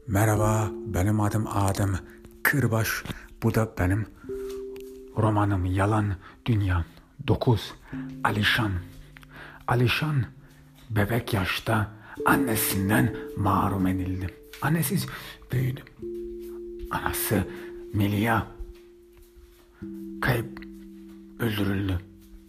Merhaba, benim adım Adem Kırbaş. Bu da benim romanım Yalan Dünya 9. Alişan. Alişan bebek yaşta annesinden mahrum edildi. Annesiz büyüdü. Anası Melia kayıp öldürüldü.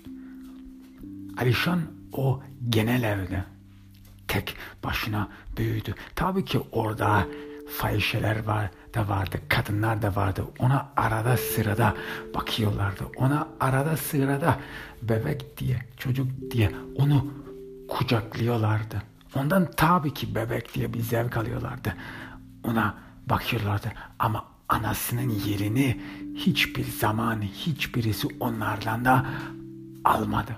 Alişan o genel evde tek başına büyüdü. Tabii ki orada fahişeler vardı, kadınlar da vardı. Ona arada sırada bakıyorlardı. Ona arada sırada bebek diye, çocuk diye onu kucaklıyorlardı. Ondan tabii ki bebek diye bir zevk alıyorlardı. Ona bakıyorlardı ama anasının yerini hiçbir zaman hiçbirisi onlardan da almadı.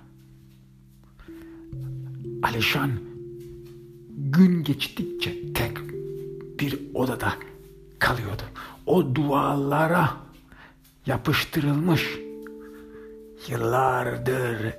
Alişan gün geçtikçe tek bir odada kalıyordu. O duvarlara yapıştırılmış yıllardır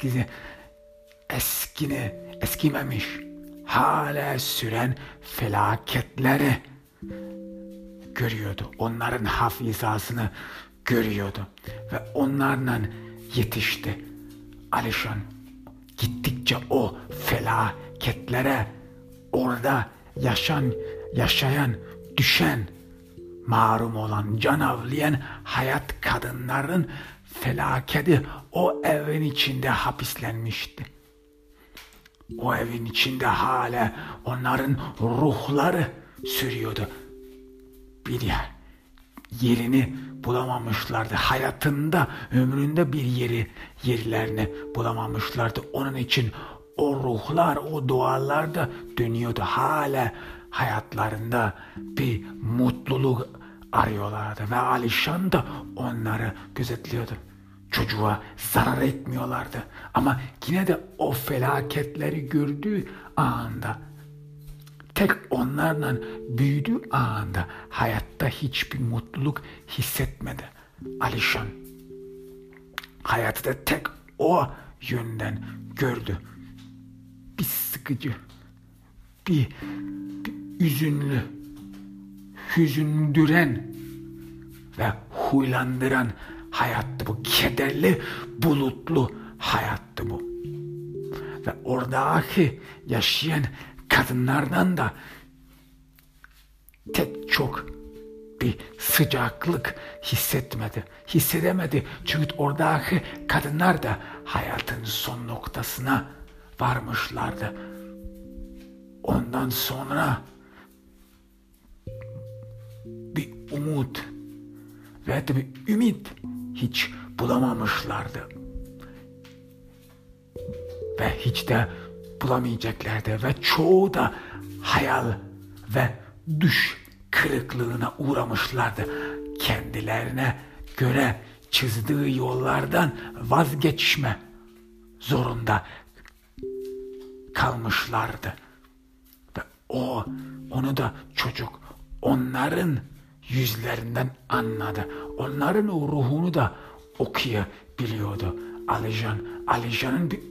eskimemiş hala süren felaketleri görüyordu. Onların hafızasını görüyordu ve onlarla yetişti. Alişan gittikçe o felaketlere orada yaşayan, düşen, mahrum olan, can avlayan hayat kadınların felaketi o evin içinde hapislenmişti. O evin içinde hala onların ruhları sürüyordu. Bir yerini bulamamışlardı. Hayatında, ömründe bir yerlerini bulamamışlardı. Onun için o ruhlar, o dualar da dönüyordu. Hala hayatlarında bir mutluluk arıyorlardı. Ve Alişan da onları gözetliyordu. Çocuğa zarar etmiyorlardı. Ama yine de o felaketleri gördüğü anda, tek onlarla büyüdüğü anda hayatta hiçbir mutluluk hissetmedi Alişan. Hayatı da tek o yönden gördü. Bir sıkıcı, bir üzünlü, hüzündüren ve huylandıran hayattı bu. Kederli, bulutlu hayattı bu. Ve oradaki yaşayan kadınlardan da çok bir sıcaklık hissedemedi. Çünkü oradaki kadınlar da hayatın son noktasına varmışlardı. Ondan sonra bir umut ve de bir ümit hiç bulamamışlardı. Ve hiç de bulamayacaklardı ve çoğu da hayal ve düş kırıklığına uğramışlardı. Kendilerine göre çizdiği yollardan vazgeçme zorunda kalmışlardı. Ve onu da çocuk onların yüzlerinden anladı. Onların o ruhunu da okuyabiliyordu. Alişan'ın bir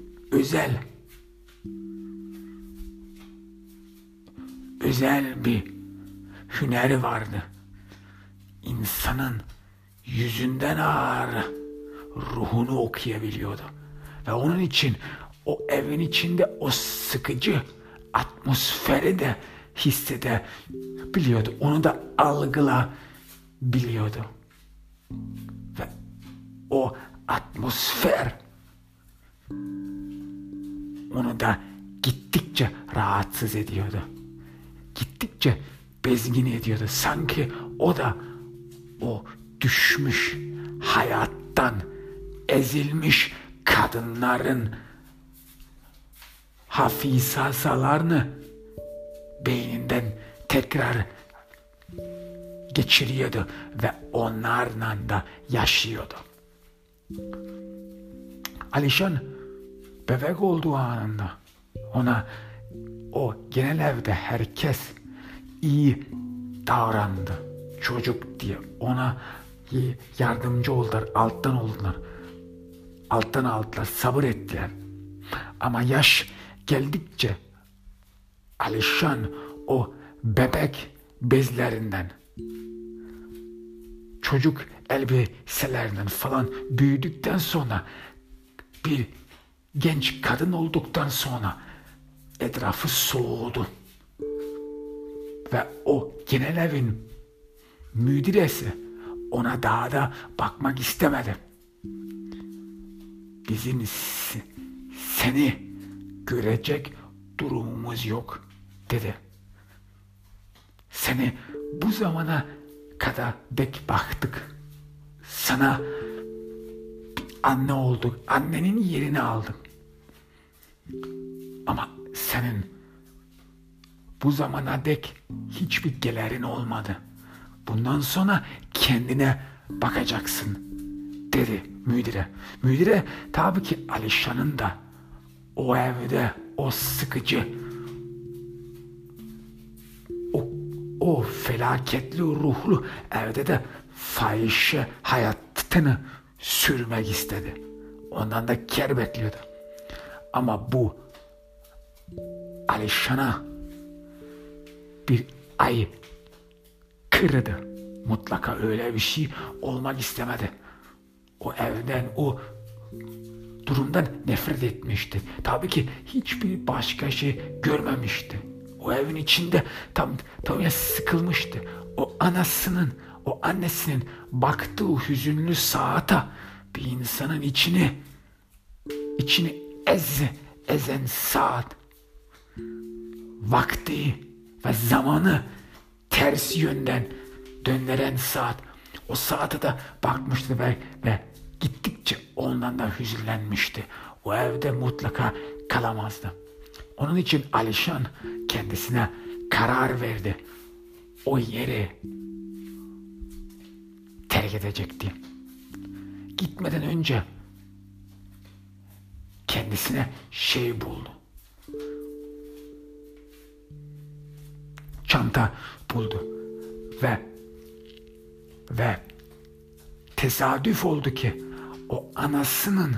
özel bir hüneri vardı. İnsanın yüzünden ruhunu okuyabiliyordu. Ve onun için o evin içinde o sıkıcı atmosferi de hissedebiliyordu. Onu da algılayabiliyordu. Ve o atmosfer onu da gittikçe rahatsız ediyordu. Gittikçe bezgin ediyordu. Sanki o da o düşmüş hayattan ezilmiş kadınların hafizalarını beyninden tekrar geçiriyordu ve onlarla da yaşıyordu. Alişan bebek olduğu anında ona o genel evde herkes iyi davrandı. Çocuk diye ona yardımcı oldular, alttan aldılar, sabır ettiler. Ama yaş geldikçe Alişan o bebek bezlerinden, çocuk elbiselerinden falan büyüdükten sonra, bir genç kadın olduktan sonra etrafı soğudu. Ve o genel evin müdiresi ona daha da bakmak istemedi. Bizim seni görecek durumumuz yok dedi. Seni bu zamana kadar dek baktık. Sana anne olduk. Annenin yerini aldık. Ama senin bu zamana dek hiçbir gelirin olmadı. Bundan sonra kendine bakacaksın dedi müdire. Müdire tabii ki Alişan'ın da o evde o sıkıcı, o felaketli ruhlu evde de fahişe hayatını sürmek istedi. Ondan da kâr bekliyordu. Ama bu Alişan'a bir ay kırdı. Mutlaka öyle bir şey olmak istemedi. O evden, o durumdan nefret etmişti. Tabii ki hiçbir başka şey görmemişti. O evin içinde tam sıkılmıştı. O annesinin baktığı hüzünlü saate bir insanın içini ezen saat, vakti ve zamanı ters yönden döndüren saat. O saate de bakmıştı ve gittikçe ondan da hüzünlenmişti. O evde mutlaka kalamazdı. Onun için Alişan kendisine karar verdi. O yeri terk edecekti. Gitmeden önce kendisine şey buldu. Çanta buldu ve tesadüf oldu ki o anasının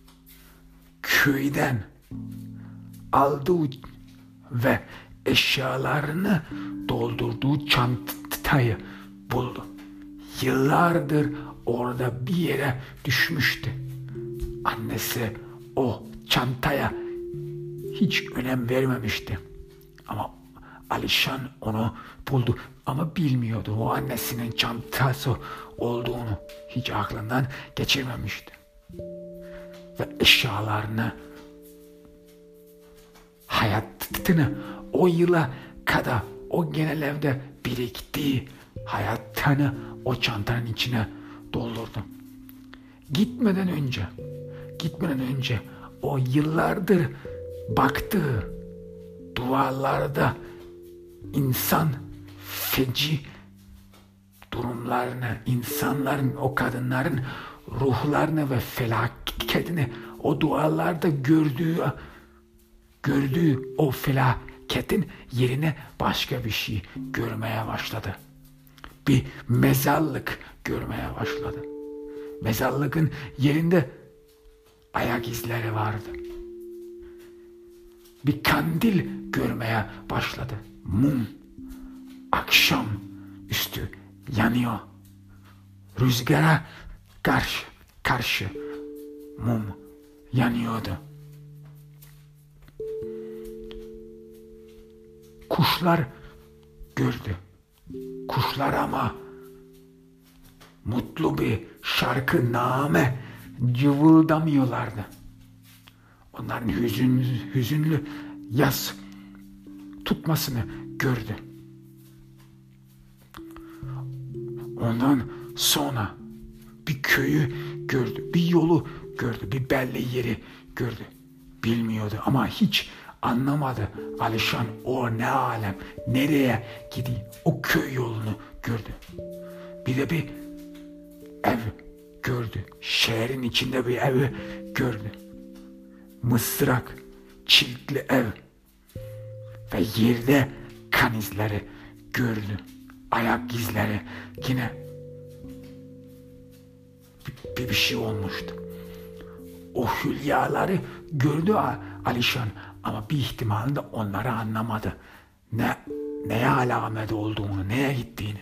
köyden aldığı ve eşyalarını doldurduğu çantayı buldu. Yıllardır orada bir yere düşmüştü. Annesi o çantaya hiç önem vermemişti. Ama Alişan onu buldu ama bilmiyordu. O annesinin çantası olduğunu hiç aklından geçirmemişti. Ve eşyalarını, hayatını o yıla kadar o genel evde biriktiği hayatını o çantanın içine doldurdu. Gitmeden önce o yıllardır baktığı duvarlarda insan feci durumlarını, insanların, o kadınların ruhlarını ve felaketini o duvarlarda gördüğü o felaketin yerine başka bir şey görmeye başladı. Bir mezarlık görmeye başladı. Mezarlığın yerinde ayak izleri vardı. Bir kandil görmeye başladı. Mum, akşam üstü yanıyor. Rüzgara karşı mum yanıyordu. Kuşlar gördü. Kuşlar ama mutlu bir şarkı, name cıvıldamıyorlardı. Onların hüzünlü yas tutmasını gördü. Ondan sonra bir köyü gördü, bir yolu gördü, bir belli yeri gördü. Bilmiyordu ama hiç anlamadı. Alişan o ne alem, nereye gidiyor? O köy yolunu gördü. Bir de bir ev gördü. Şehrin içinde bir ev gördü. Mısrak, çilekli ev ve yerde kan izleri gördü. Ayak izleri, yine bir şey olmuştu. O hülyaları gördü Alişan ama bir ihtimalinde onları anlamadı. neye alamet olduğunu, neye gittiğini.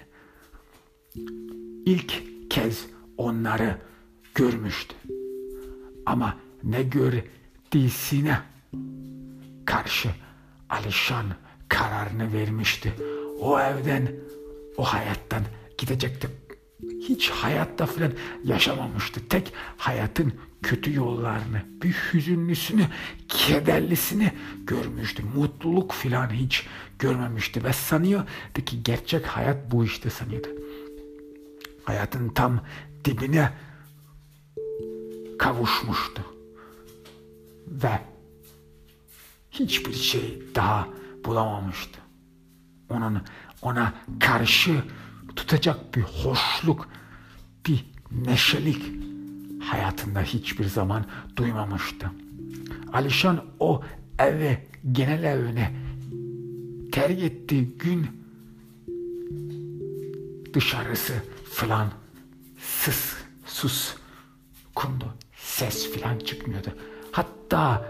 İlk kez onları görmüştü. Ama ne gördüğüne karşı Alişan kararını vermişti. O evden, o hayattan gidecekti. Hiç hayatta falan yaşamamıştı. Tek hayatın kötü yollarını, bir hüzünlüsünü, kederlisini görmüştü. Mutluluk falan hiç görmemişti ve sanıyordu ki gerçek hayat bu işte sanıyordu. Hayatın tam dibine kavuşmuştu. Ve hiçbir şey daha bulamamıştı. Ona karşı tutacak bir hoşluk, bir neşelik hayatında hiçbir zaman duymamıştı. Alişan o eve, genel evine terk ettiği gün dışarısı falan sus kundu. Ses falan çıkmıyordu. Hatta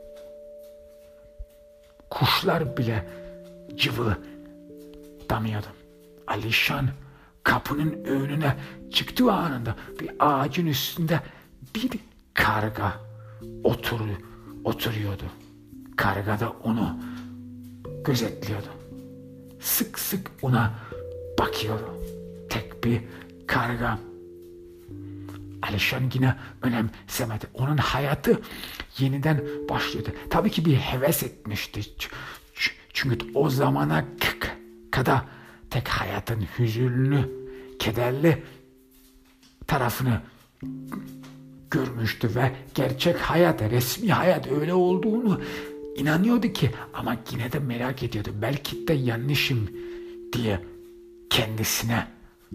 kuşlar bile cıvıldamıyordu. Alişan kapının önüne çıktığı anında bir ağacın üstünde bir karga oturuyordu. Karga da onu gözetliyordu. Sık sık ona bakıyordu. Tek bir karga. Alişan yine önemsemedi. Onun hayatı yeniden başlıyordu. Tabii ki bir heves etmişti. Çünkü o zamana kadar tek hayatın hüzünlü, kederli tarafını görmüştü ve gerçek hayat, resmi hayat öyle olduğunu inanıyordu ki, ama yine de merak ediyordu. Belki de yanlışım diye kendisine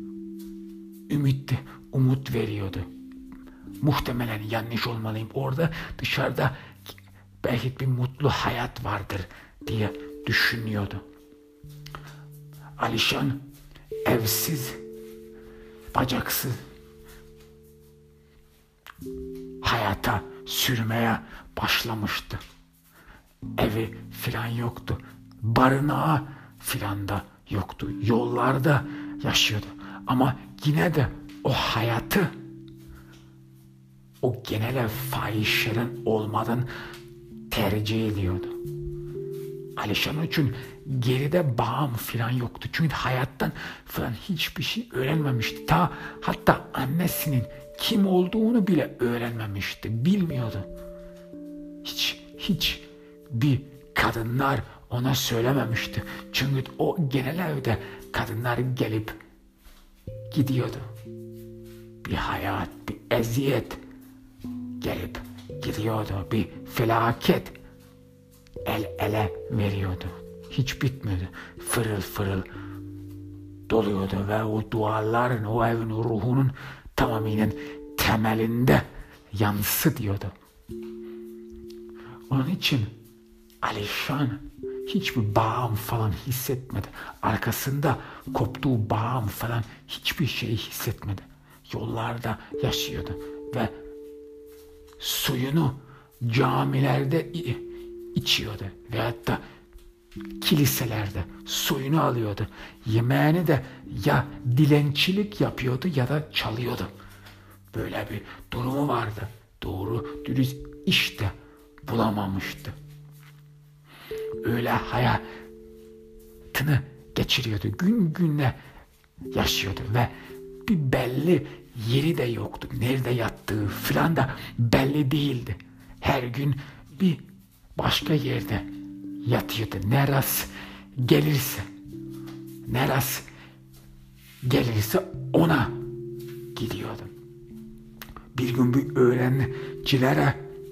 umut veriyordu. Muhtemelen yanlış olmalıyım. Orada dışarıda belki bir mutlu hayat vardır diye düşünüyordu. Alişan evsiz, bacaksız hayata sürmeye başlamıştı. Evi filan yoktu. Barınağı filan da yoktu. Yollarda yaşıyordu. Ama yine de o hayatı, o genel fahişelerin olmadan tercih ediyordu. Alişan için geride bağım filan yoktu. Çünkü hayattan filan hiçbir şey öğrenmemişti. Hatta annesinin kim olduğunu bile öğrenmemişti. Bilmiyordu. Hiç bir kadınlar ona söylememişti. Çünkü o genel evde kadınlar gelip gidiyordu. Bir hayat, bir eziyet gelip gidiyordu. Bir felaket el ele veriyordu. Hiç bitmiyordu. Fırıl fırıl doluyordu ve o duvarların, o evin ruhunun tamamen temelinde yansıtıyordu. Onun için Alişan hiçbir bağım falan hissetmedi. Arkasında koptuğu bağım falan hiçbir şey hissetmedi. Yollarda yaşıyordu ve suyunu camilerde içiyordu veyahut da kiliselerde suyunu alıyordu. Yemeğini de ya dilencilik yapıyordu ya da çalıyordu. Böyle bir durumu vardı. Doğru dürüst iş de bulamamıştı. Öyle hayatını geçiriyordu. Gün güne yaşıyordu ve bir belli yeri de yoktu. Nerede yattığı falan da belli değildi. Her gün bir başka yerde yatıyordu. Neresi gelirse ona gidiyordu. Bir gün bir öğrencilere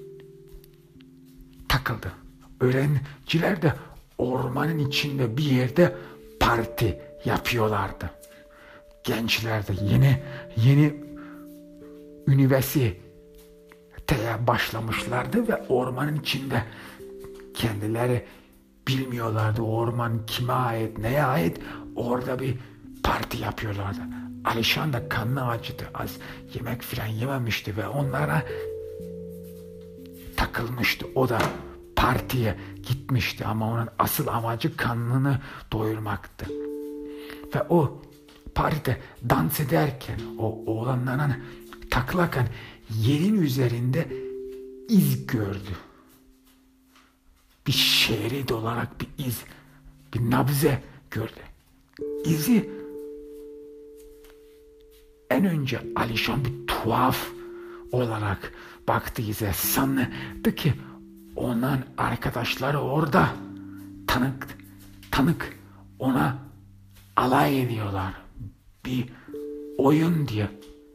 takıldı. Öğrenciler de ormanın içinde bir yerde parti yapıyorlardı. Gençler de yeni üniversiteye başlamışlardı ve ormanın içinde kendileri bilmiyorlardı o orman kime ait, neye ait. Orada bir parti yapıyorlardı. Alişan da kanlı acıdı. Az yemek filan yememişti ve onlara takılmıştı. O da partiye gitmişti ama onun asıl amacı karnını doyurmaktı. Ve o partide dans ederken, o oğlanların taklakan yerin üzerinde iz gördü. Bir şerit olarak bir iz, bir nabze gördü. İzi en önce Alişan bir tuhaf olarak baktı ize. Sandı ki onun arkadaşları orada tanık ona alay ediyorlar. Bir oyun diye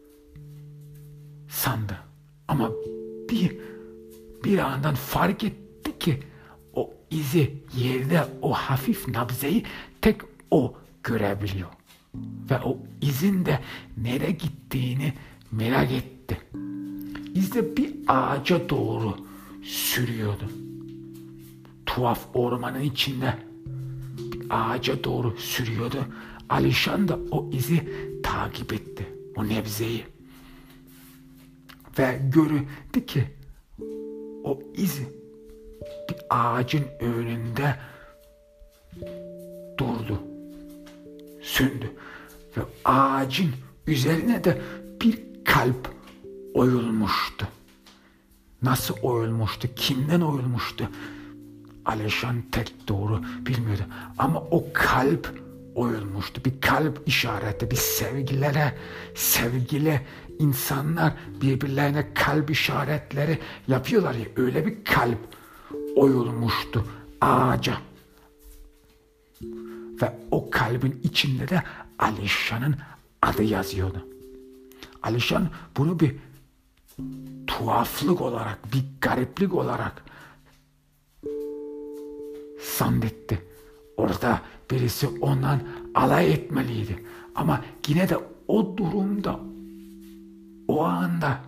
sandı. Ama bir andan fark etti ki o izi yerde, o hafif nabzeyi tek o görebiliyor. Ve o izin de nereye gittiğini merak etti. İz de bir ağaca doğru sürüyordu. Tuhaf ormanın içinde bir ağaca doğru sürüyordu. Alişan da o izi takip etti. O nebzeyi. Ve gördü ki o iz bir ağacın önünde durdu. Söndü. Ve ağacın üzerine de bir kalp oyulmuştu. Nasıl oyulmuştu? Kimden oyulmuştu? Alişan tek doğru bilmiyordu. Ama o kalp oyulmuştu. Bir kalp işareti, bir sevgili insanlar birbirlerine kalp işaretleri yapıyorlar ya, öyle bir kalp oyulmuştu ağaca. Ve o kalbin içinde de Alişan'ın adı yazıyordu. Alişan bunu bir tuhaflık olarak, bir gariplik olarak zannetti. Orada birisi ondan alay etmeliydi. Ama yine de o durumda, o anda,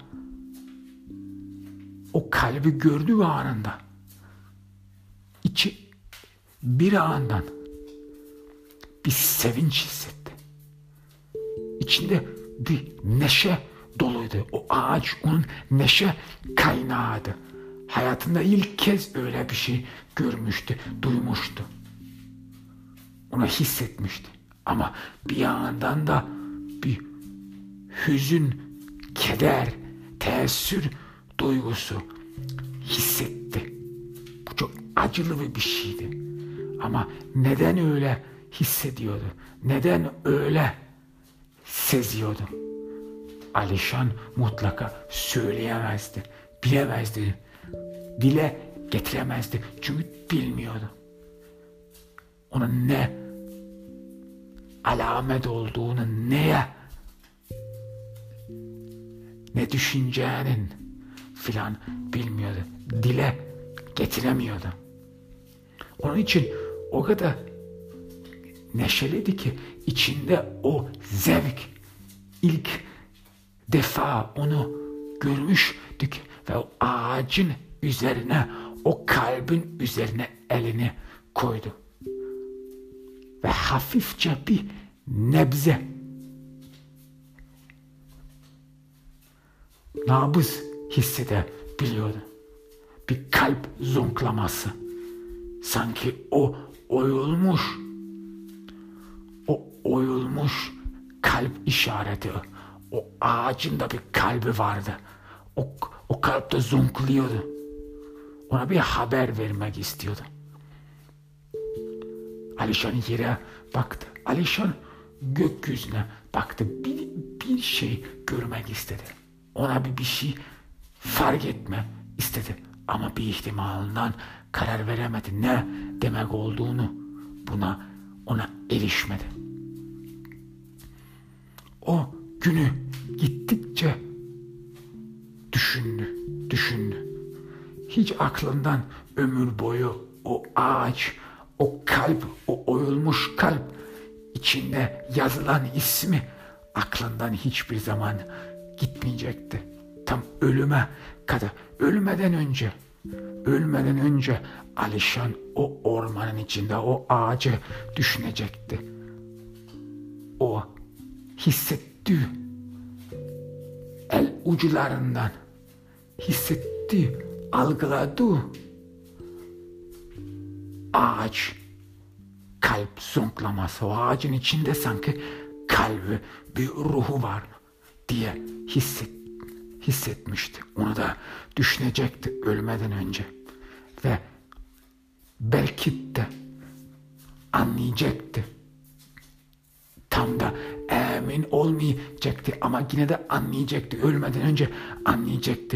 o kalbi gördüğü anında içi bir andan bir sevinç hissetti. İçinde bir neşe doluydu. O ağaç onun neşe kaynağıydı. Hayatında ilk kez öyle bir şey görmüştü, duymuştu. Onu hissetmişti. Ama bir yandan da bir hüzün, keder, teessür duygusu hissetti. Bu çok acılı bir şeydi. Ama neden öyle hissediyordu? Neden öyle seziyordu? Alişan mutlaka söyleyemezdi, bilemezdi, dile getiremezdi. Çünkü bilmiyordu. Onun ne alamet olduğunu, ne düşüneceğinin filan bilmiyordu. Dile getiremiyordu. Onun için o kadar neşeliydi ki içinde o zevk, ilk defa onu görmüştük ve o ağacın üzerine, o kalbin üzerine elini koydu. Ve hafifçe bir nebze, nabız hissedebiliyordu. Bir kalp zonklaması. Sanki o oyulmuş kalp işareti. O ağacın da bir kalbi vardı. O kalp de zonkluyordu. Ona bir haber vermek istiyordu. Alişan yere baktı. Alişan gökyüzüne baktı. Bir şey görmek istedi. Ona bir şey fark etme istedi. Ama bir ihtimalinden karar veremedi. Ne demek olduğunu ona erişmedi. O günü gittikçe düşündü. Hiç aklından ömür boyu o ağaç, o kalp, o oyulmuş kalp, içinde yazılan ismi aklından hiçbir zaman gitmeyecekti. Tam ölüme kadar, ölmeden önce Alişan o ormanın içinde o ağacı düşünecekti. O hissetti, el ucularından hissetti, algıladı ağaç, kalp zonklaması, o ağacın içinde sanki kalbi, bir ruhu var diye hissetmişti. Onu da düşünecekti ölmeden önce. Ve belki de anlayacaktı. Tam da emin olmayacaktı ama yine de anlayacaktı. Ölmeden önce anlayacaktı.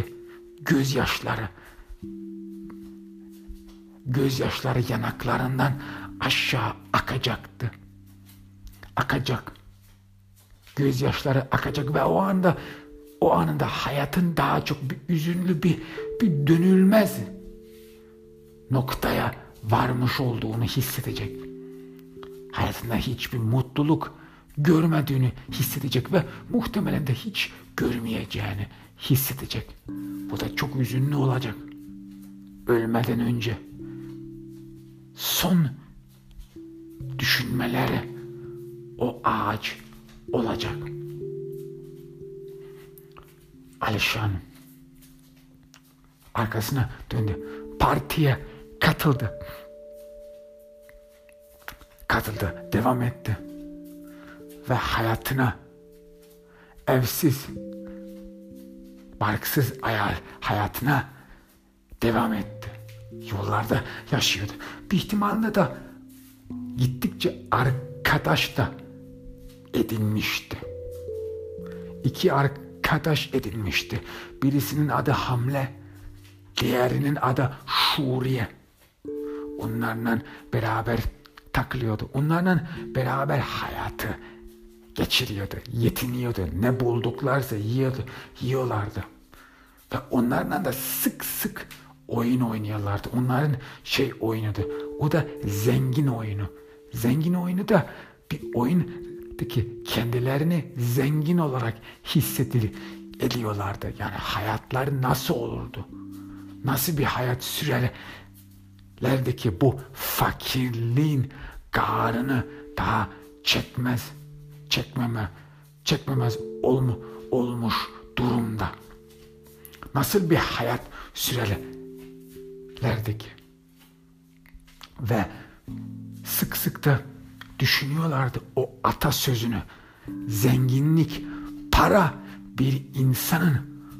Gözyaşları yanaklarından aşağı akacaktı. Akacak. Gözyaşları akacak ve o anında hayatın daha çok bir üzünlü bir dönülmez noktaya varmış olduğunu hissedecek. Hayatında hiçbir mutluluk görmediğini hissedecek ve muhtemelen de hiç görmeyeceğini hissedecek. Bu da çok üzünlü olacak. Ölmeden önce son düşünmeleri o ağaç olacak. Alişan arkasına döndü. Partiye katıldı, devam etti. Ve hayatına evsiz, barksız hayatına devam etti. Yollarda yaşıyordu. Bir ihtimalle de gittikçe arkadaş da edinmişti. 2 arkadaş edinmişti. Birisinin adı Hamle, diğerinin adı Şuriye. Onlarla beraber takılıyordu. Onlarla beraber hayatı geçiriyordu, yetiniyordu. Ne bulduklarsa yiyorlardı. Ve onlarla da sık sık oyun oynuyorlardı. Onların oynadı. O da zengin oyunu. Zengin oyunu da bir oyundaki kendilerini zengin olarak ediyorlardı. Yani hayatları nasıl olurdu? Nasıl bir hayat sürelerdeki bu fakirliğin garını daha çekmemez olmuş durumda. Nasıl bir hayat sürelerdeki ve sık sık da düşünüyorlardı o atasözünü. Zenginlik, para bir insanın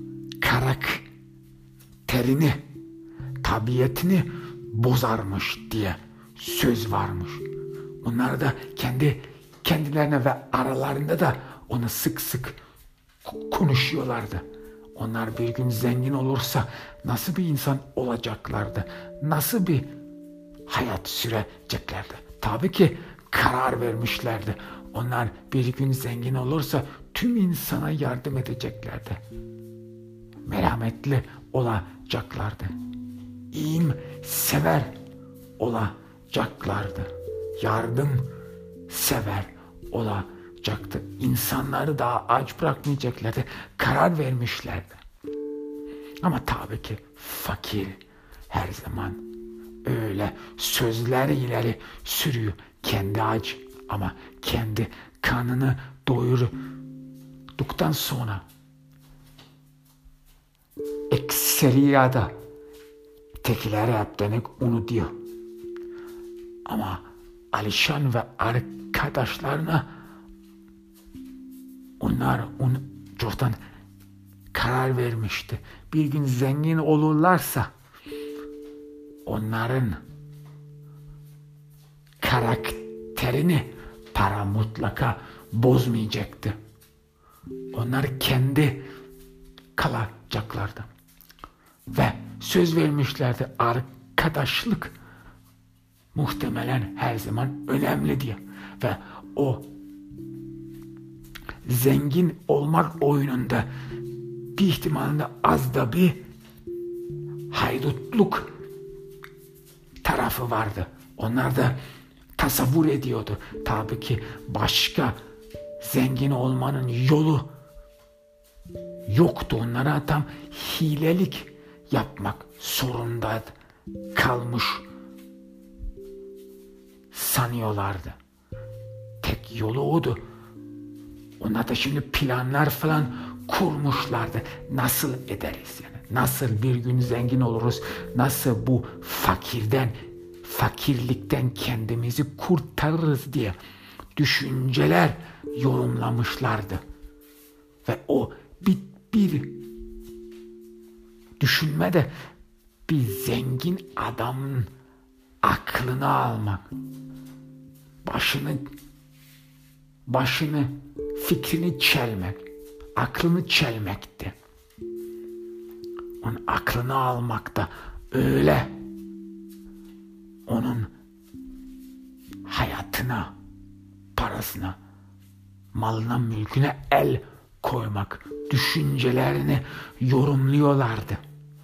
karakterini, tabiatını bozarmış diye söz varmış. Onlar da kendilerine ve aralarında da onu sık sık konuşuyorlardı. Onlar bir gün zengin olursa nasıl bir insan olacaklardı? Nasıl bir hayat süreceklerdi? Tabii ki karar vermişlerdi. Onlar bir gün zengin olursa tüm insana yardım edeceklerdi. Merhametli olacaklardı. İyimsever olacaklardı. Yardım sever olacaktı. İnsanları daha aç bırakmayacaklardı. Karar vermişlerdi. Ama tabii ki fakir her zaman öyle sözleri ileri sürüyor. Kendi aç ama kendi kanını doyurduktan sonra ekseriyada tekileri hep denek unutuyor. Ama Alişan ve arkadaşlarına onlar çoktan karar vermişti. Bir gün zengin olurlarsa onların karakterini para mutlaka bozmayacaktı. Onlar kendi kalacaklardı. Ve söz vermişlerdi arkadaşlık muhtemelen her zaman önemli diye. Ve o zengin olmak oyununda bir ihtimalle az da bir haydutluk tarafı vardı. Onlar da tasavvur ediyordu. Tabii ki başka zengin olmanın yolu yoktu. Onlara tam hilelik yapmak zorunda kalmış sanıyorlardı. Tek yolu oydu. Onlar da şimdi planlar falan kurmuşlardı. Nasıl ederiz yani? Nasıl bir gün zengin oluruz? Nasıl bu fakirlikten kendimizi kurtarırız diye düşünceler yorumlamışlardı. Ve o bir düşünmede bir zengin adamın aklını almak, başını, fikrini çelmek, aklını çelmekti. Onun aklını almak da öyle, onun hayatına, parasına, malına, mülküne el koymak, düşüncelerini yorumluyorlardı.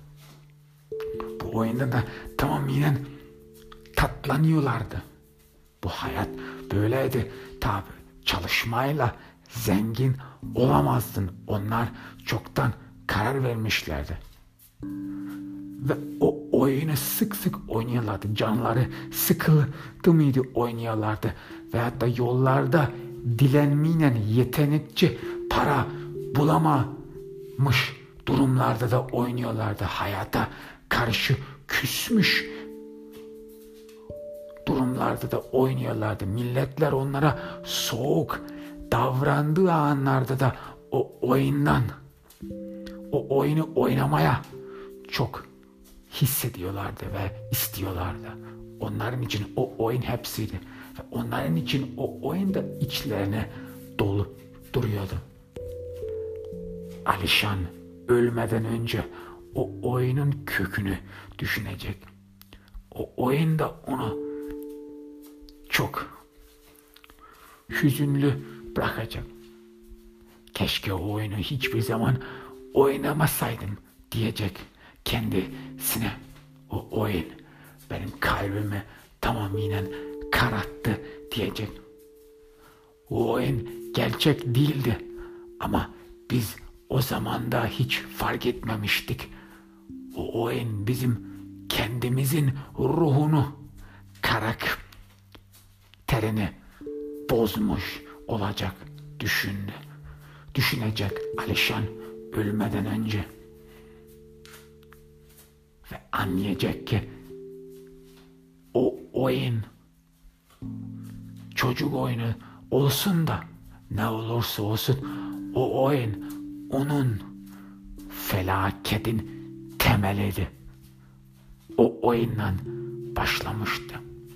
Bu oyunda da tamamen katlanıyorlardı. Bu hayat böyleydi. Tabi çalışmayla zengin olamazdın. Onlar çoktan karar vermişlerdi. Ve o oyunu sık sık oynuyorlardı. Canları sıkıldı mıydı oynuyorlardı. Veyahut da yollarda dilenmeyle yetenekçi para bulamamış durumlarda da oynuyorlardı. Hayata karşı küsmüş durumlarda da oynuyorlardı. Milletler onlara soğuk davrandığı anlarda da o oyunu oynamaya çok hissediyorlardı ve istiyorlardı. Onların için o oyun hepsiydi. Ve onların için o oyun da içlerine dolu duruyordu. Alişan ölmeden önce o oyunun kökünü düşünecek. O oyun da onu çok hüzünlü bırakacak. Keşke o oyunu hiçbir zaman oynamasaydım diyecek kendisine. O oyun benim kalbimi tamamen kararttı diyecek. O oyun gerçek değildi ama biz o zaman da hiç fark etmemiştik. O oyun bizim kendimizin ruhunu, karakterini bozmuş olacak düşünecek Alişan ölmeden önce. Ve anlayacak ki o oyun çocuk oyunu olsun da ne olursa olsun o oyun onun felaketin temeliydi. O oyundan başlamıştı.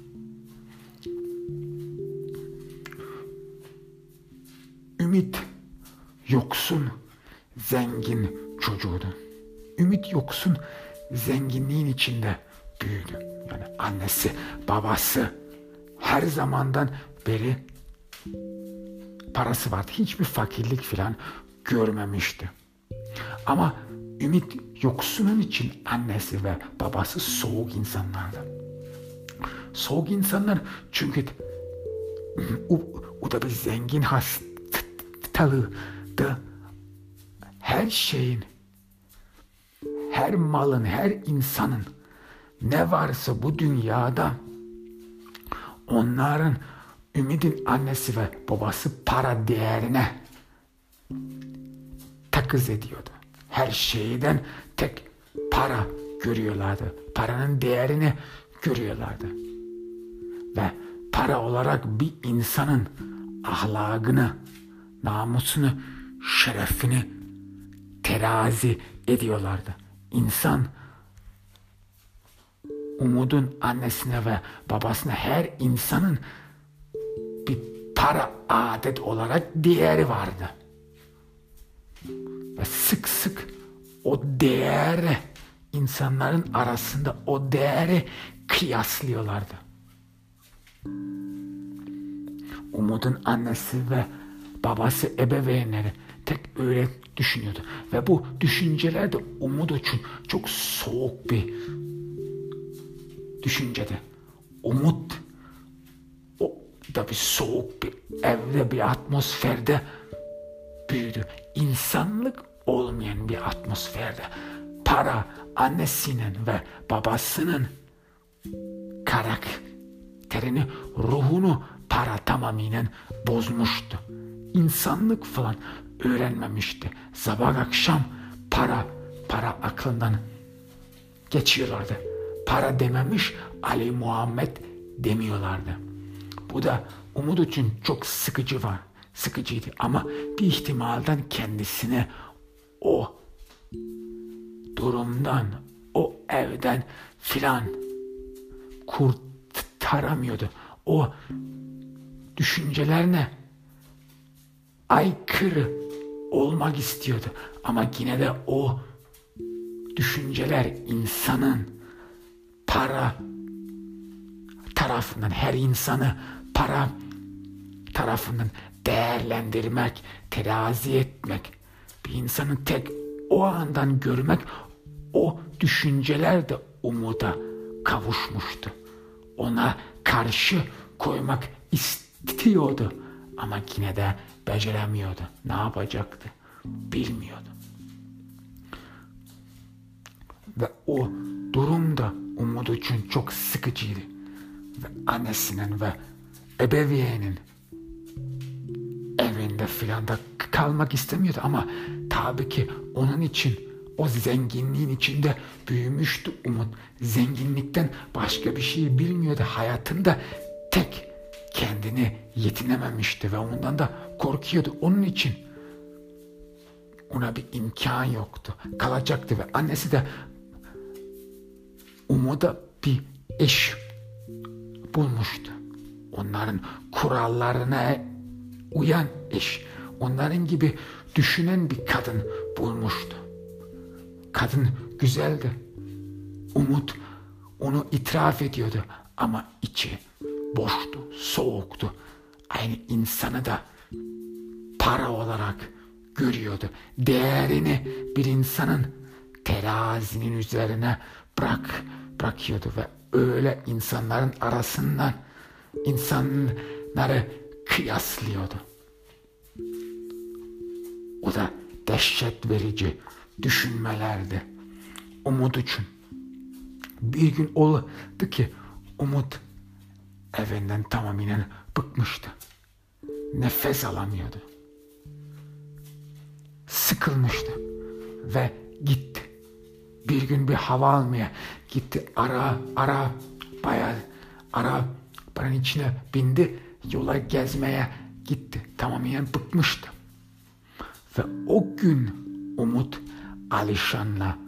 Ümit yoksun, zengin çocuğuydu. Ümit yoksun, zenginliğin içinde büyüdü. Yani annesi, babası her zamandan beri parası vardı. Hiçbir fakirlik falan görmemişti. Ama Ümit yoksunun için annesi ve babası soğuk insanlardı. Soğuk insanlar çünkü o da bir zengin hastalığıydı. Her şeyin, her malın, her insanın ne varsa bu dünyada onların Ümit'in annesi ve babası para değerine takız ediyordu. Her şeyden tek para görüyorlardı. Paranın değerini görüyorlardı. Ve para olarak bir insanın ahlakını, namusunu, şerefini terazi ediyorlardı. İnsan Umut'un annesine ve babasına her insanın bir para adet olarak değeri vardı. Ve sık sık o değeri insanların arasında o değeri kıyaslıyorlardı. Umut'un annesi ve babası ebeveynleri tek öyle düşünüyordu. Ve bu düşünceler de Umut için çok soğuk bir düşüncedi. Umut o da bir soğuk bir evde, bir atmosferde büyüdü. İnsanlık olmayan bir atmosferde. Para annesinin ve babasının karakterini, ruhunu para tamamen bozmuştu. İnsanlık falan öğrenmemişti. Sabah akşam para aklından geçiyorlardı. Para dememiş Ali Muhammed demiyorlardı. Bu da Umut için çok sıkıcıydı ama bir ihtimalden kendisini o durumdan, o evden filan kurtaramıyordu. O düşüncelerine aykırı olmak istiyordu. Ama yine de o düşünceler insanın para tarafından, her insanı para tarafından değerlendirmek, terazi etmek, bir insanı tek o andan görmek, o düşünceler de umuda kavuşmuştu. Ona karşı koymak istiyordu ama yine de beceremiyordu. Ne yapacaktı? Bilmiyordu. Ve o durum da Umut için çok sıkıcıydı. Ve annesinin ve ebeveynin evinde filan da kalmak istemiyordu ama tabii ki onun için o zenginliğin içinde büyümüştü Umut. Zenginlikten başka bir şey bilmiyordu. Hayatında tek kendini yetinememişti ve ondan da korkuyordu. Onun için ona bir imkan yoktu. Kalacaktı ve annesi de Umut'a bir eş bulmuştu. Onların kurallarına uyan eş. Onların gibi düşünen bir kadın bulmuştu. Kadın güzeldi. Umut onu itiraf ediyordu ama içi boştu, soğuktu. Aynı insanı da para olarak görüyordu. Değerini bir insanın terazinin üzerine bırakıyordu ve öyle insanların arasından insanları kıyaslıyordu. O da dehşet verici düşünmelerdi Umut için. Bir gün oldu ki Umut evinden tamamen bıkmıştı. Nefes alamıyordu. Sıkılmıştı ve gitti. Bir gün bir hava almaya gitti. Arabanın içine bindi. Yola gezmeye gitti. Tamamen bıkmıştı. Ve o gün Umut Alişan'la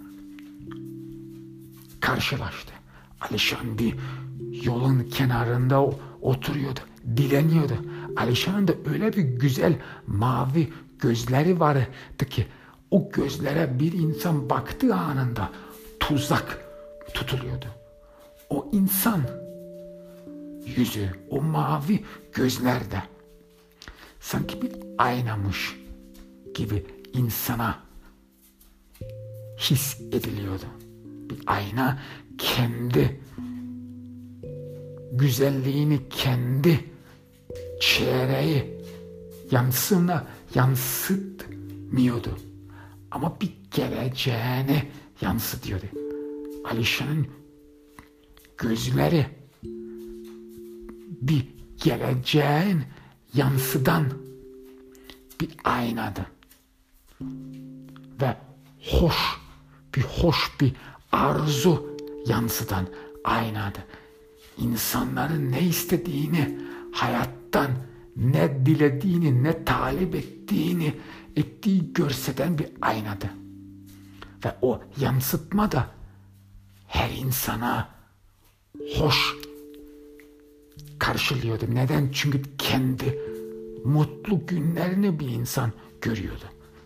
karşılaştı. Alişan bir yolun kenarında oturuyordu. Dileniyordu. Alişan'ın da öyle bir güzel mavi gözleri vardı ki o gözlere bir insan baktığı anında tuzak tutuluyordu. O insan yüzü, o mavi gözlerde sanki bir aynamış gibi insana his ediliyordu. Bir ayna kendi güzelliğini, kendi çehreyi yansıtmıyordu. Ama bir geleceğini yansıtıyordu. Alişan'ın gözleri bir geleceğin yansıdan bir aynadı. Ve hoş bir arzu yansıdan aynadı. İnsanların ne istediğini, hayattan ne dilediğini, ne talep ettiği görseden bir aynadı. Ve o yansıtma da her insana hoş karşılıyordu. Neden? Çünkü kendi mutlu günlerini bir insan görüyordu.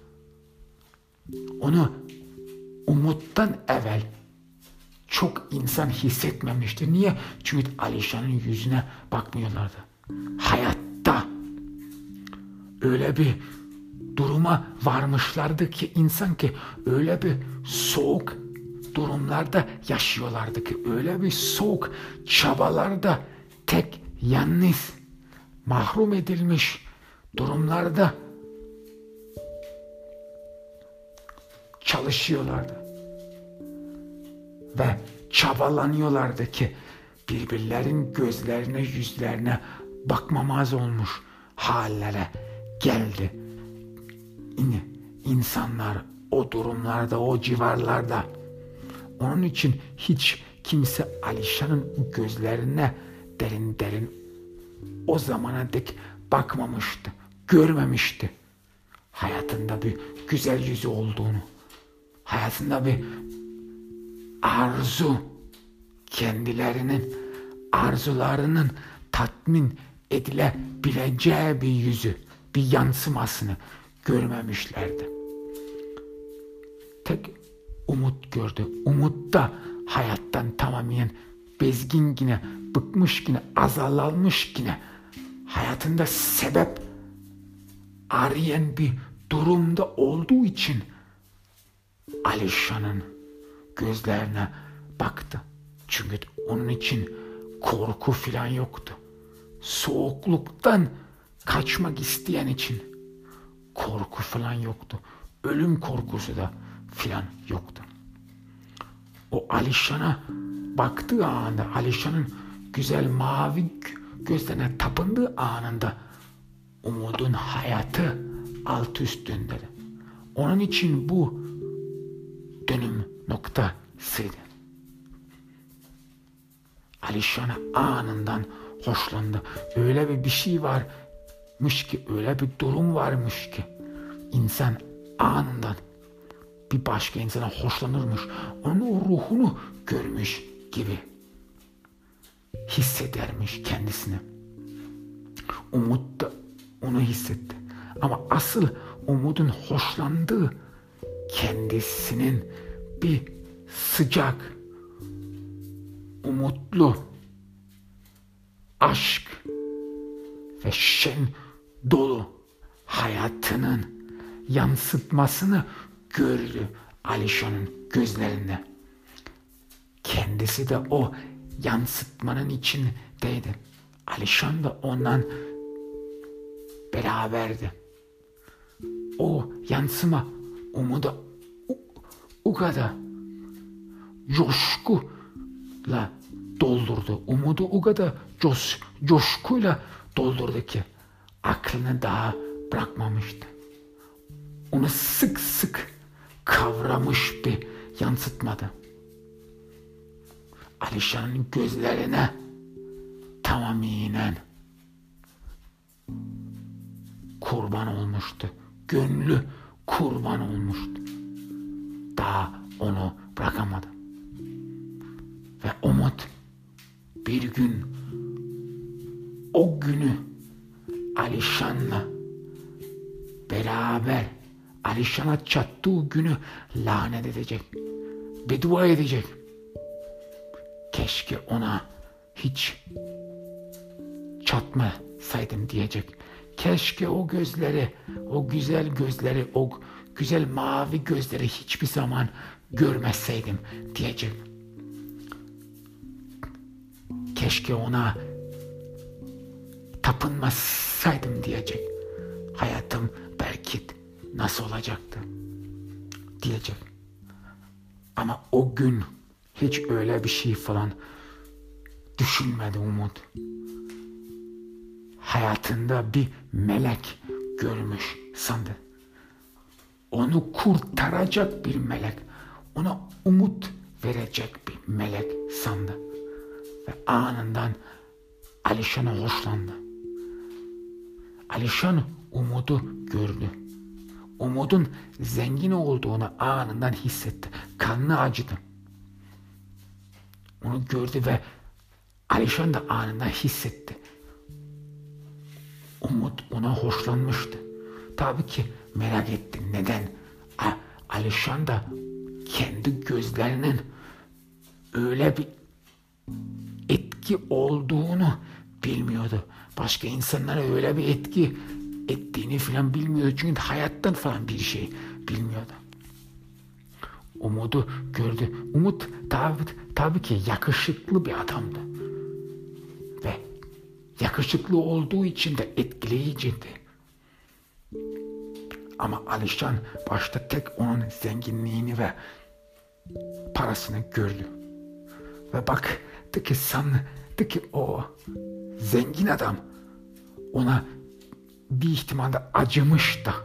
Onu Umut'tan evvel çok insan hissetmemişti. Niye? Çünkü Alişan'ın yüzüne bakmıyorlardı. Hayatta öyle bir duruma varmışlardı ki insan ki öyle bir soğuk durumlarda yaşıyorlardı ki öyle bir soğuk çabalarda tek yalnız mahrum edilmiş durumlarda çalışıyorlardı ve çabalanıyorlardı ki birbirlerin gözlerine, yüzlerine bakmamaz olmuş hallere geldi. İnsanlar o durumlarda, o civarlarda. Onun için hiç kimse Alişan'ın gözlerine derin derin o zamana dek bakmamıştı, görmemişti. Hayatında bir güzel yüzü olduğunu, hayatında bir arzu, kendilerinin arzularının tatmin edilebileceği bir yüzü, bir yansımasını görmemişlerdi. Tek Umut gördü. Umut da hayattan tamamen bezgin yine, bıkmış yine, azarlanmış yine, hayatında sebep arayan bir durumda olduğu için Alişan'ın gözlerine baktı. Çünkü onun için korku filan yoktu. Soğukluktan kaçmak isteyen için korku filan yoktu. Ölüm korkusu da filan yoktu. O Alişan'a baktığı anda, Alişan'ın güzel mavi gözlerine tapındığı anında Umut'un hayatı alt üstündeydi. Onun için bu dönüm noktasıydı. Alişan'a anından hoşlandı. Öyle bir şey varmış ki, öyle bir durum varmış ki insan anından bir başka insana hoşlanırmış. Onun o ruhunu görmüş gibi hissedermiş kendisini. Umut da onu hissetti. Ama asıl Umut'un hoşlandığı kendisinin bir sıcak, umutlu, aşk ve şen dolu hayatının yansıtmasını gördü Alişan'ın gözlerinde. Kendisi de o yansıtmanın içindeydi. Alişan da ondan beraberdi. O yansıma Umut'u o kadar coşkuyla doldurdu. Umut'u o kadar coşkuyla doldurdu ki aklını daha bırakmamıştı. Onu sık sık kavramış bir yansıtmadı. Alişan'ın gözlerine tamamen kurban olmuştu. Gönlü kurban olmuştu. Daha onu bırakamadı. Ve Umut bir gün o günü Alişan'la beraber Alişan'a çattığı günü lanet edecek. Beddua edecek. Keşke ona hiç çatmasaydım diyecek. Keşke o gözleri, o güzel gözleri, o güzel mavi gözleri hiçbir zaman görmeseydim diyecek. Keşke ona tapınmasaydım diyecek. Hayatım belki nasıl olacaktı diyecek. Ama o gün hiç öyle bir şey falan düşünmedi Umut. Hayatında bir melek görmüş sandı. Onu kurtaracak bir melek, ona umut verecek bir melek sandı. Ve anından Alişan'a hoşlandı. Alişan Umut'u gördü. Umut'un zengin olduğunu anından hissetti. Kanı acıdı. Onu gördü ve Alişan da anında hissetti. Umut ona hoşlanmıştı. Tabii ki merak etti. Neden? Alişan da kendi gözlerinin öyle bir etki olduğunu bilmiyordu. Başka insanlara öyle bir etki ettiğini falan bilmiyordu. Çünkü hayattan falan bir şey bilmiyordu. Umut'u gördü. Umut tabii ki yakışıklı bir adamdı. Ve yakışıklı olduğu için de etkileyiciydi. Ama Alişan başta tek onun zenginliğini ve parasını gördü. Ve baktı ki sandı ki o zengin adam ona bir ihtimalle acımış da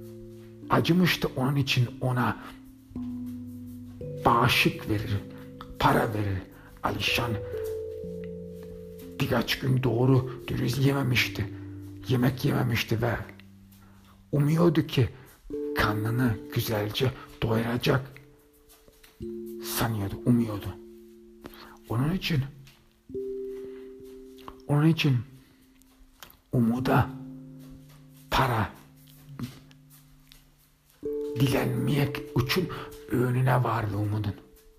onun için ona bağışık verir. para verir. Alişan birkaç gün doğru dürüst yememişti. Yemek yememişti ve umuyordu ki karnını güzelce doyuracak sanıyordu, umuyordu. Onun için umuda para dilenmek için önüne vardı umudun.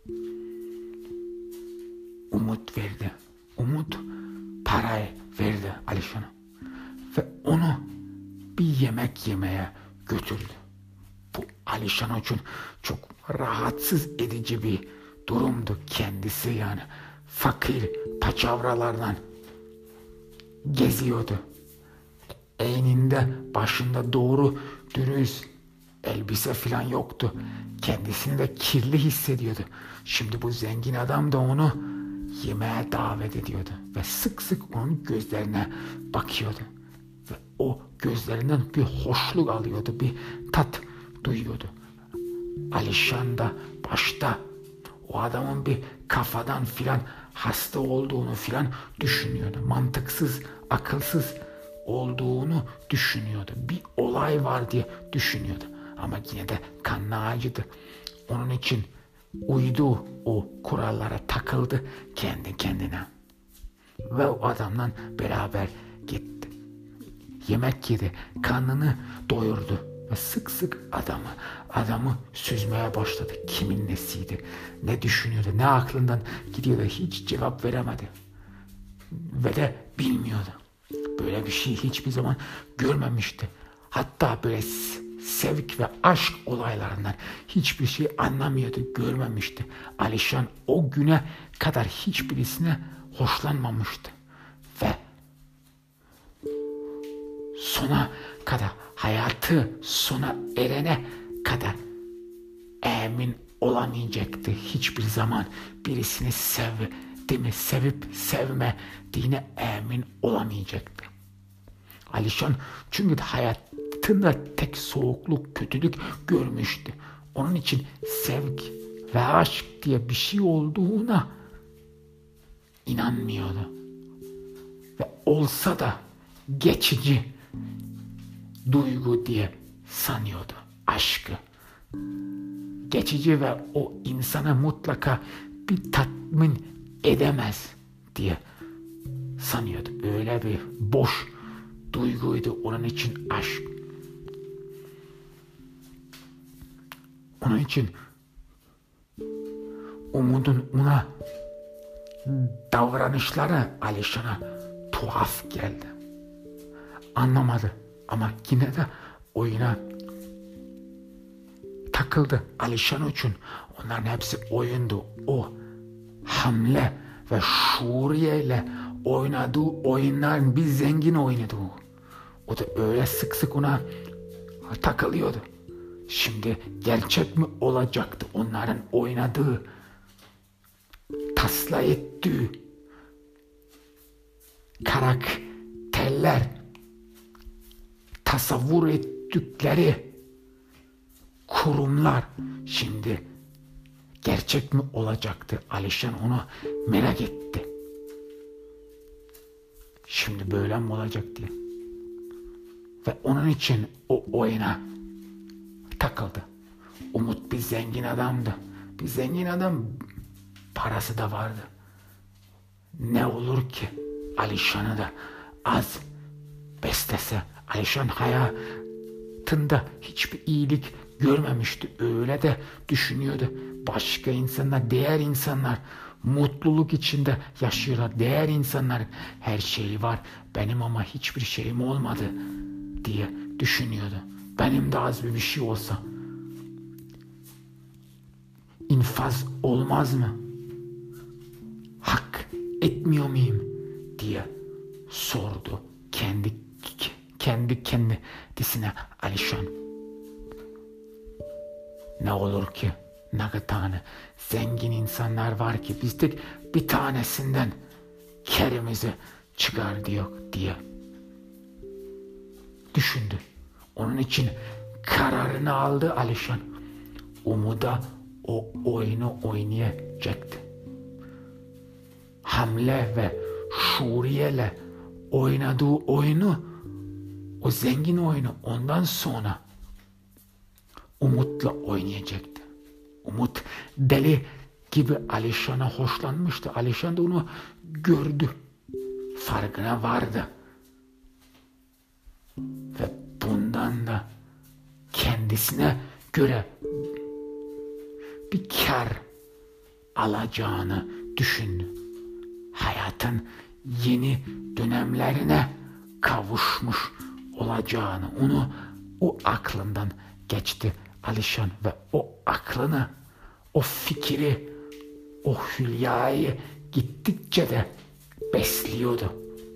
Umut verdi. Umut parayı verdi Alişan'a. Ve onu bir yemek yemeye götürdü. Bu Alişan için çok rahatsız edici bir durumdu kendisi yani. Fakir paçavralardan geziyordu. Eyninde başında doğru dürüst elbise falan yoktu. Kendisini de kirli hissediyordu. Şimdi bu zengin adam da onu yemeğe davet ediyordu. Ve sık sık onun gözlerine bakıyordu. Ve o gözlerinden bir hoşluk alıyordu. Bir tat duyuyordu. Alişan da başta o adamın bir kafadan filan hasta olduğunu filan düşünüyordu. Mantıksız, akılsız olduğunu düşünüyordu. Bir olay var diye düşünüyordu. Ama yine de kanına acıdı. Onun için uydu, o kurallara takıldı kendi kendine. Ve o adamla beraber gitti. Yemek yedi, karnını doyurdu. Ve sık sık adamı süzmeye başladı. Kimin nesiydi, ne düşünüyordu, ne aklından gidiyordu, hiç cevap veremedi. Ve de bilmiyordu. Böyle bir şey hiçbir zaman görmemişti. Hatta böyle sevk ve aşk olaylarından hiçbir şey anlamıyordu, görmemişti. Alişan o güne kadar hiçbirisine hoşlanmamıştı. Ve sona kadar, hayatı sona erene kadar emin olamayacaktı. Hiçbir zaman birisini sevip sevmediğine emin olamayacaktı. Alişan çünkü hayatında tek soğukluk, kötülük görmüştü. Onun için sevgi ve aşk diye bir şey olduğuna inanmıyordu. Ve olsa da geçici duygu diye sanıyordu aşkı. Geçici ve o insana mutlaka bir tatmin edemez diye sanıyordu. Öyle bir boş duyguydu onun için aşk. Onun için Umud'un ona davranışları Alişan'a tuhaf geldi. Anlamadı ama yine de oyuna takıldı. Alişan için onların hepsi oyundu. O hamle ve Şuriye ile oynadığı oyunların bir zengin oynadı o. O da öyle sık sık ona takılıyordu. Şimdi gerçek mi olacaktı onların oynadığı, tasla ettiği karakterler, tasavvur ettikleri kurumlar şimdi gerçek mi olacaktı? Alişan onu merak etti. Şimdi böyle mi olacak diye. Ve onun için o oyuna takıldı. Umut bir zengin adamdı. Bir zengin adam, parası da vardı. Ne olur ki Alişan'ı da az beslese. Alişan hayatında hiçbir iyilik görmemişti. Öyle de düşünüyordu. Başka insanlar, diğer insanlar mutluluk içinde yaşıyorlar. Diğer insanların her şeyi var. Benim ama hiçbir şeyim olmadı diye düşünüyordu. Benim de az bir şey olsa infaz olmaz mı? Hak etmiyor muyum diye sordu kendi kendisine Alişan. Ne olur ki ne tane zengin insanlar var ki biz tek bir tanesinden kerimizi çıkar diye düşündü. Onun için kararını aldı Alişan. Umud'a o oyunu oynayacaktı. Hamle ve Şuriye'yle oynadığı oyunu, o zengin oyunu ondan sonra Umut'la oynayacaktı. Umut deli gibi Alişan'a hoşlanmıştı. Alişan da onu gördü. Farkına vardı. Ve bundan da kendisine göre bir kar alacağını düşündü. Hayatın yeni dönemlerine kavuşmuş olacağını, o aklından geçti Alişan ve o aklını, o fikri, o hülyayı gittikçe de besliyordu.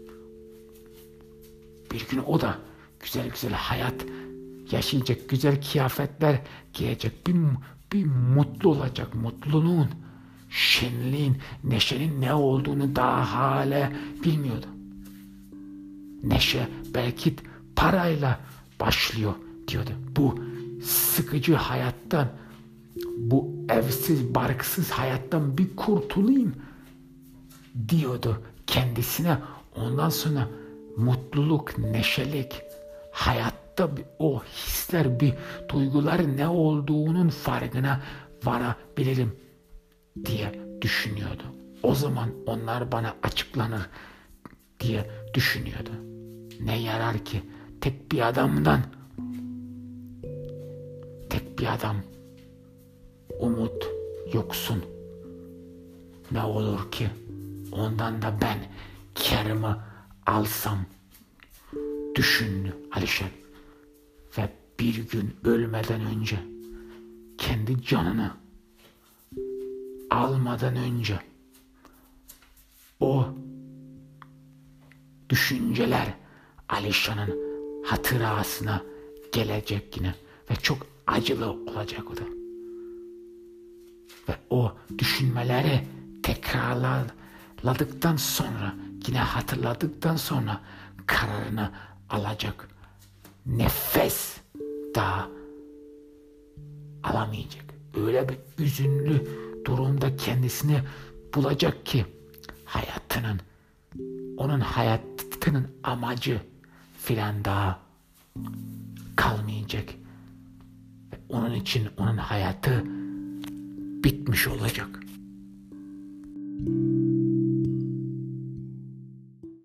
Bir gün o da güzel güzel hayat yaşayacak, güzel kıyafetler giyecek, bir mutlu olacak. Mutluluğun, şenliğin, neşenin ne olduğunu daha hala bilmiyordu. Neşe belki parayla başlıyor diyordu. Bu sıkıcı hayattan, bu evsiz, barksız hayattan bir kurtulayım diyordu kendisine. Ondan sonra mutluluk, neşelik, hayatta o hisler, bir duygular ne olduğunun farkına varabilirim diye düşünüyordu. O zaman onlar bana açıklanır diye düşünüyordu. Ne yarar ki tek bir adam umut yoksun. Ne olur ki ondan da ben karımı alsam düşündü Alişan. Ve bir gün ölmeden önce, kendi canını almadan önce o düşünceler Alişan'ın hatırasına gelecek yine ve çok acılı olacak o da. Ve o düşünmeleri tekrarladıktan sonra, yine hatırladıktan sonra kararını alacak. Nefes daha alamayacak. Öyle bir üzünlü durumda kendisini bulacak ki onun hayatının amacı filan daha kalmayacak. Ve onun için onun hayatı bitmiş olacak.